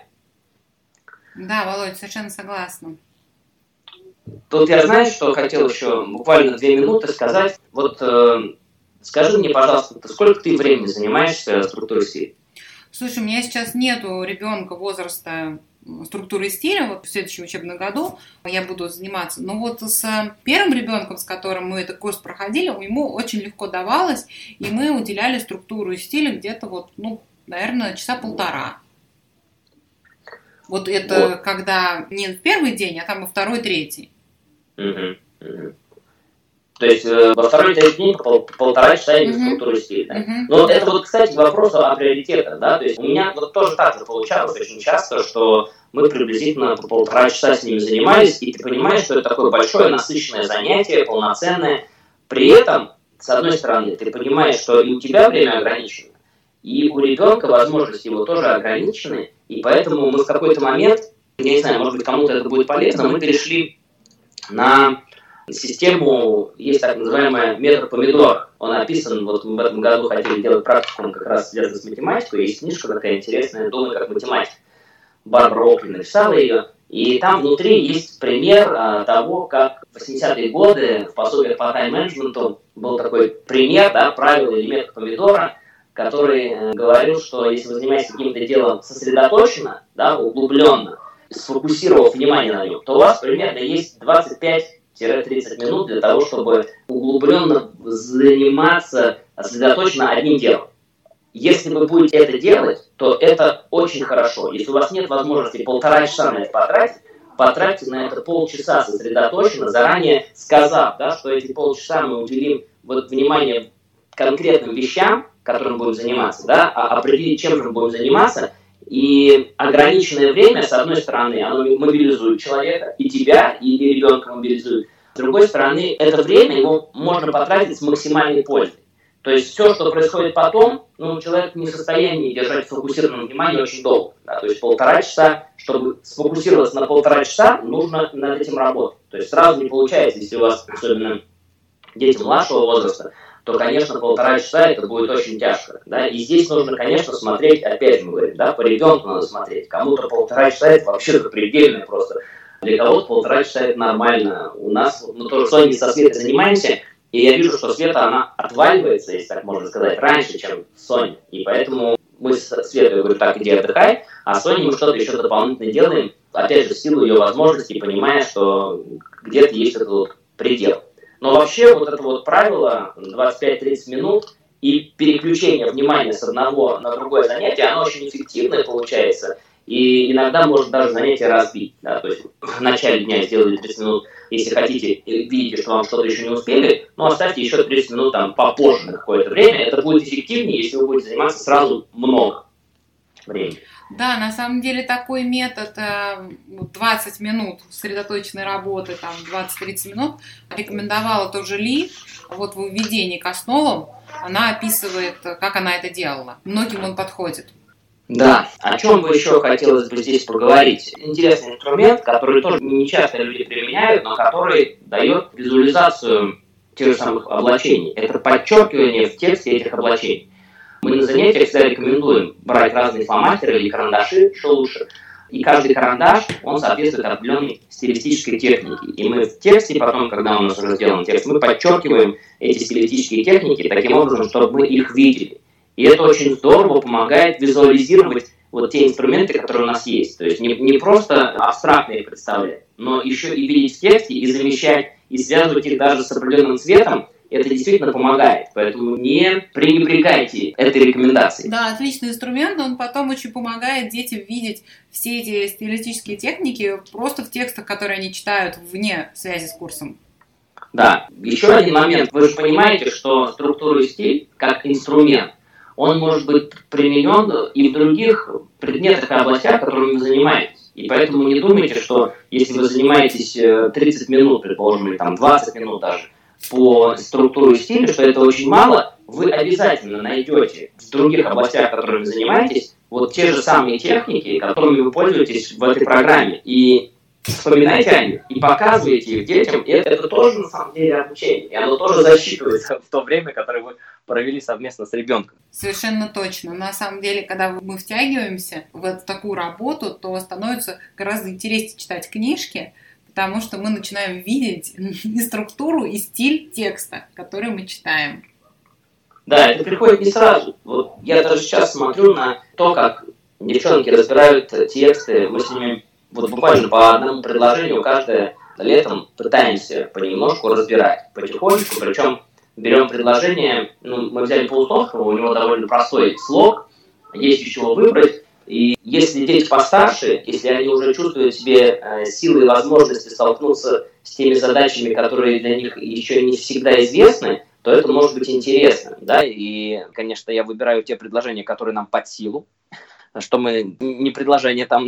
Да, Володь, совершенно согласна. Тут я, знаю, что хотел еще буквально две минуты сказать. Вот э, скажи мне, пожалуйста, сколько ты времени занимаешься структурой стиля? Слушай, у меня сейчас нету ребенка возраста структуры стиля, вот в следующем учебном году я буду заниматься. Но вот с первым ребенком, с которым мы этот курс проходили, ему очень легко давалось, и мы уделяли структуру стиля где-то вот, ну, наверное, часа полтора. Вот это вот. Когда не в первый день, а там во второй, третий. Угу, угу. То есть э, во второй день пол, полтора часа именно uh-huh. структуры стиля. Да? Uh-huh. Но это вот, кстати, вопрос о приоритетах. Да? То есть у меня вот тоже так же получалось очень часто, что мы приблизительно по полтора часа с ними занимались, и ты понимаешь, что это такое большое, насыщенное занятие, полноценное. При этом, с одной стороны, ты понимаешь, что и у тебя время ограничено, и у ребенка возможности его тоже ограничены, и поэтому мы в какой-то момент, я не знаю, может быть, кому-то это будет полезно, мы перешли на систему, есть так называемый метод помидора. Он описан, вот мы в этом году хотели делать практику, он как раз связан с математикой, есть книжка такая интересная, «Думай как математик». Барбара Оклин написала ее, И там внутри есть пример а, того, как в восьмидесятые годы в пособиях по тайм-менеджменту был такой пример, да, правило или метод помидора, который э, говорил, что если вы занимаетесь каким-то делом сосредоточенно, да, углубленно, сфокусировав внимание на нем, то у вас примерно есть двадцать пять тридцать минут для того, чтобы углубленно заниматься сосредоточенно одним делом. Если вы будете это делать, то это очень хорошо. Если у вас нет возможности полтора часа на это потратить, потратьте на это полчаса сосредоточенно, заранее сказав, да, что эти полчаса мы уделим вот, внимание конкретным вещам, которым будем заниматься, да, а определить, чем же мы будем заниматься, и ограниченное время, с одной стороны, оно мобилизует человека, и тебя, и ребенка мобилизует. С другой стороны, это время его можно потратить с максимальной пользой. То есть все, что происходит потом, ну, человек не в состоянии держать сфокусированное внимание очень долго. Да? То есть полтора часа, чтобы сфокусироваться на полтора часа, нужно над этим работать. То есть сразу не получается, если у вас, особенно дети младшего возраста, то, конечно, полтора часа это будет очень тяжко. Да? И здесь нужно, конечно, смотреть, опять же мы говорим, да, по ребенку надо смотреть. Кому-то полтора часа это вообще запредельно просто. Для кого-то полтора часа это нормально. У нас, мы тоже с Соней со Светой занимаемся, и я вижу, что Света, она отваливается, если так можно сказать, раньше, чем Соня. И поэтому мы с Светой, я говорю, так, иди отдыхай, а с Соней мы что-то еще дополнительно делаем, опять же, в силу ее возможностей, понимая, что где-то есть этот вот предел. Но вообще вот это вот правило двадцать пять тридцать минут и переключение внимания с одного на другое занятие, оно очень эффективное получается. И иногда может даже занятие разбить. Да? То есть в начале дня сделали тридцать минут, если хотите, видите, что вам что-то еще не успели, но оставьте еще тридцать минут там попозже на какое-то время. Это будет эффективнее, если вы будете заниматься сразу много времени. Да, на самом деле такой метод двадцать минут сосредоточенной работы, там двадцать-тридцать минут, рекомендовала тоже Ли, вот в введении к основам, она описывает, как она это делала. Многим он подходит. Да, о чем бы еще хотелось бы здесь поговорить. Интересный инструмент, который тоже не часто люди применяют, но который дает визуализацию тех же самых облачений. Это подчеркивание в тексте этих облачений. Мы на занятиях всегда рекомендуем брать разные фломастеры или карандаши, еще лучше. И каждый карандаш, он соответствует определенной стилистической технике. И мы в тексте, потом, когда у нас уже сделан текст, мы подчеркиваем эти стилистические техники таким образом, чтобы мы их видели. И это очень здорово помогает визуализировать вот те инструменты, которые у нас есть. То есть не, не просто абстрактно их представлять, но еще и видеть в тексте, и замещать, и связывать их даже с определенным цветом. Это действительно помогает. Поэтому не пренебрегайте этой рекомендацией. Да, отличный инструмент. Он потом очень помогает детям видеть все эти стилистические техники просто в текстах, которые они читают вне связи с курсом. Да. Еще один момент. Вы же понимаете, что структура и стиль как инструмент, он может быть применен и в других предметах и областях, которыми вы занимаетесь. И поэтому не думайте, что если вы занимаетесь тридцать минут, предположим, или там двадцать минут даже, по структуре и стилю, что это очень мало, вы обязательно найдете в других областях, которыми вы занимаетесь, вот те же самые техники, которыми вы пользуетесь в этой программе. И вспоминайте о них, и показывайте их детям, и это, это тоже на самом деле обучение, и оно тоже засчитывается в то время, которое вы провели совместно с ребенком. Совершенно точно. На самом деле, когда мы втягиваемся в эту такую работу, то становится гораздо интереснее читать книжки, потому что мы начинаем видеть и структуру, и стиль текста, который мы читаем. Да, это приходит не сразу. Вот я даже сейчас смотрю на то, как девчонки разбирают тексты. Мы с ними вот буквально по одному предложению каждое летом пытаемся понемножку разбирать, потихонечку. Причем берем предложение, ну, мы взяли Паустовского, у него довольно простой слог, есть из чего выбрать. И если дети постарше, если они уже чувствуют в себе э, силы и возможности столкнуться с теми задачами, которые для них еще не всегда известны, то это может быть интересно. Да? И, конечно, я выбираю те предложения, которые нам под силу, что мы не предложения там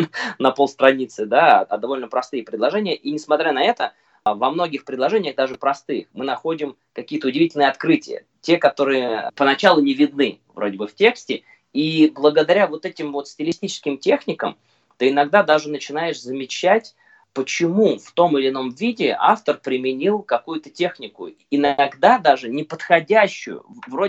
на полстраницы, да, а довольно простые предложения. И несмотря на это, во многих предложениях, даже простых, мы находим какие-то удивительные открытия. Те, которые поначалу не видны вроде бы в тексте. И благодаря вот этим вот стилистическим техникам ты иногда даже начинаешь замечать, почему в том или ином виде автор применил какую-то технику. Иногда даже неподходящую вроде бы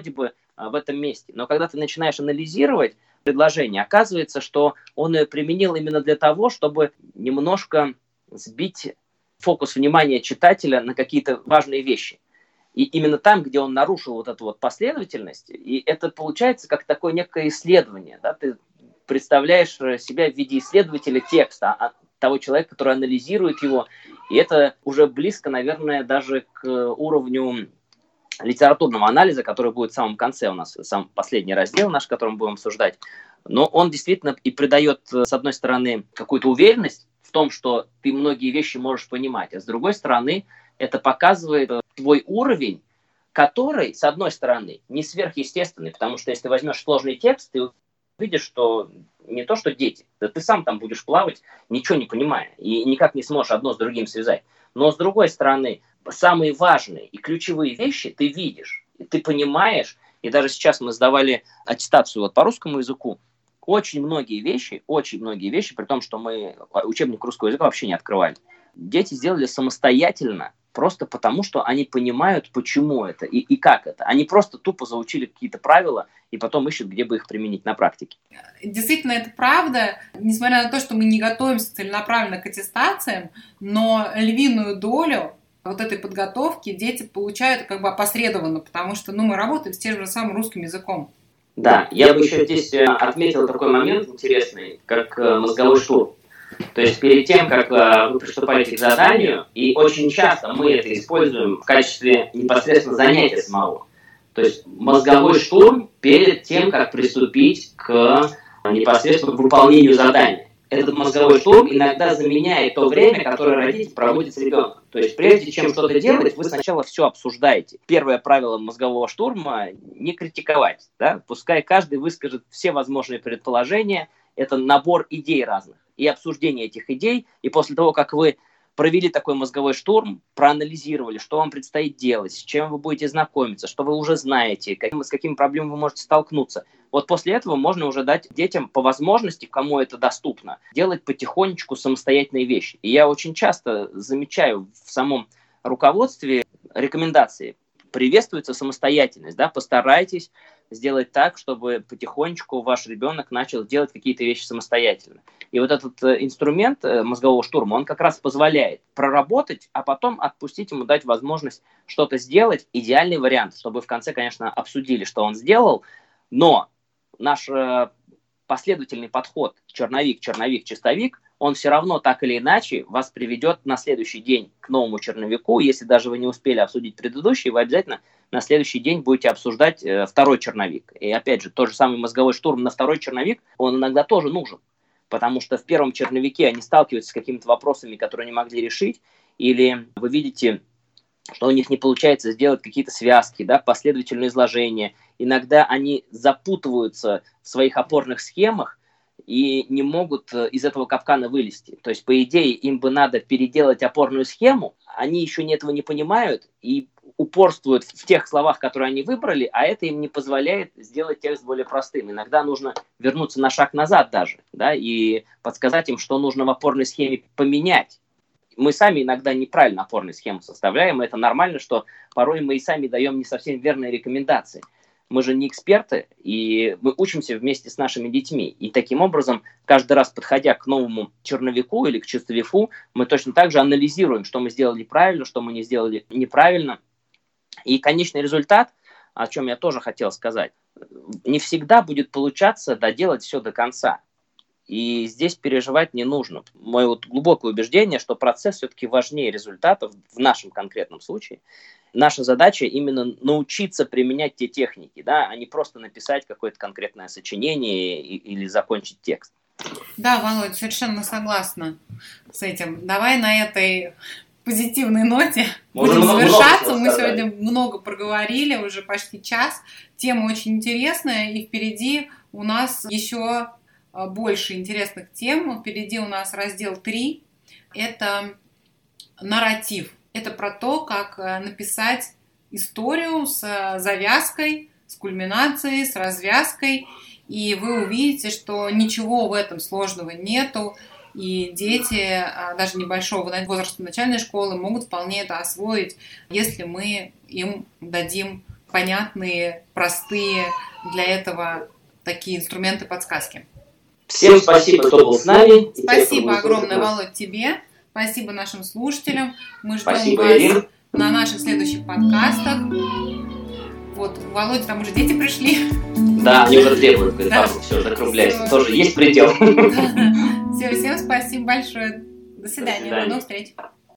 в этом месте. Но когда ты начинаешь анализировать предложение, оказывается, что он ее применил именно для того, чтобы немножко сбить фокус внимания читателя на какие-то важные вещи. И именно там, где он нарушил вот эту вот последовательность, и это получается как такое некое исследование. Да? Ты представляешь себя в виде исследователя текста, того человека, который анализирует его. И это уже близко, наверное, даже к уровню литературного анализа, который будет в самом конце у нас, сам последний раздел наш, который мы будем обсуждать. Но он действительно и придает, с одной стороны, какую-то уверенность в том, что ты многие вещи можешь понимать, а с другой стороны, это показывает твой уровень, который, с одной стороны, не сверхъестественный, потому что если ты возьмешь сложный текст, ты увидишь, что не то, что дети, да ты сам там будешь плавать, ничего не понимая, и никак не сможешь одно с другим связать. Но с другой стороны, самые важные и ключевые вещи ты видишь, и ты понимаешь, и даже сейчас мы сдавали аттестацию вот по русскому языку, очень многие вещи, очень многие вещи, при том, что мы учебник русского языка вообще не открывали, дети сделали самостоятельно, просто потому, что они понимают, почему это и, и как это. Они просто тупо заучили какие-то правила и потом ищут, где бы их применить на практике. Действительно, это правда. Несмотря на то, что мы не готовимся целенаправленно к аттестациям, но львиную долю вот этой подготовки дети получают как бы опосредованно, потому что ну, мы работаем с тем же самым русским языком. Да, я бы еще здесь отметил такой момент интересный, как мозговой штурм. То есть перед тем, как э, вы приступаете к заданию, и очень часто мы это используем в качестве непосредственно занятия самого. То есть мозговой штурм перед тем, как приступить к непосредственно выполнению задания. Этот мозговой штурм иногда заменяет то время, которое родитель проводит с ребенком. То есть прежде чем что-то делать, вы сначала все обсуждаете. Первое правило мозгового штурма – не критиковать. Да? Пускай каждый выскажет все возможные предположения. Это набор идей разных и обсуждение этих идей. И после того, как вы провели такой мозговой штурм, проанализировали, что вам предстоит делать, с чем вы будете знакомиться, что вы уже знаете, каким, с какими проблемами вы можете столкнуться. Вот после этого можно уже дать детям по возможности, кому это доступно, делать потихонечку самостоятельные вещи. И я очень часто замечаю в самом руководстве рекомендации. Приветствуется самостоятельность, да, постарайтесь сделать так, чтобы потихонечку ваш ребенок начал делать какие-то вещи самостоятельно. И вот этот инструмент мозгового штурма, он как раз позволяет проработать, а потом отпустить ему, дать возможность что-то сделать. Идеальный вариант, чтобы в конце, конечно, обсудили, что он сделал, но наш последовательный подход черновик, черновик, чистовик, он все равно так или иначе вас приведет на следующий день к новому черновику. Если даже вы не успели обсудить предыдущий, вы обязательно на следующий день будете обсуждать э, второй черновик. И опять же, тот же самый мозговой штурм на второй черновик, он иногда тоже нужен. Потому что в первом черновике они сталкиваются с какими-то вопросами, которые не могли решить, или вы видите, что у них не получается сделать какие-то связки, да, последовательные изложения. Иногда они запутываются в своих опорных схемах, и не могут из этого капкана вылезти. То есть, по идее, им бы надо переделать опорную схему, они еще этого не понимают и упорствуют в тех словах, которые они выбрали, а это им не позволяет сделать текст более простым. Иногда нужно вернуться на шаг назад даже, да, и подсказать им, что нужно в опорной схеме поменять. Мы сами иногда неправильно опорную схему составляем, и это нормально, что порой мы и сами даем не совсем верные рекомендации. Мы же не эксперты, и мы учимся вместе с нашими детьми. И таким образом, каждый раз подходя к новому черновику или к чистовику, мы точно так же анализируем, что мы сделали правильно, что мы не сделали неправильно. И конечный результат, о чем я тоже хотел сказать, не всегда будет получаться доделать все до конца. И здесь переживать не нужно. Мое вот глубокое убеждение, что процесс все-таки важнее результатов в нашем конкретном случае. Наша задача именно научиться применять те техники, да, а не просто написать какое-то конкретное сочинение или закончить текст. Да, Володь, совершенно согласна с этим. Давай на этой позитивной ноте Можно будем завершаться. Мы сказать. сегодня много проговорили, уже почти час. Тема очень интересная, и впереди у нас еще больше интересных тем. Впереди у нас раздел три. Это нарратив. Это про то, как написать историю с завязкой, с кульминацией, с развязкой. И вы увидите, что ничего в этом сложного нету. И дети, даже небольшого возраста начальной школы, могут вполне это освоить, если мы им дадим понятные, простые для этого такие инструменты, подсказки. Всем спасибо, кто был с нами. Спасибо огромное, Володь, тебе. Спасибо нашим слушателям. Мы ждем спасибо, вас Ирина. На наших следующих подкастах. Вот, у Володи там уже дети пришли. Да, они уже требуют. Говорит, папа, все, закругляйся. Тоже есть предел. Все, всем спасибо большое. До свидания. До новых встреч.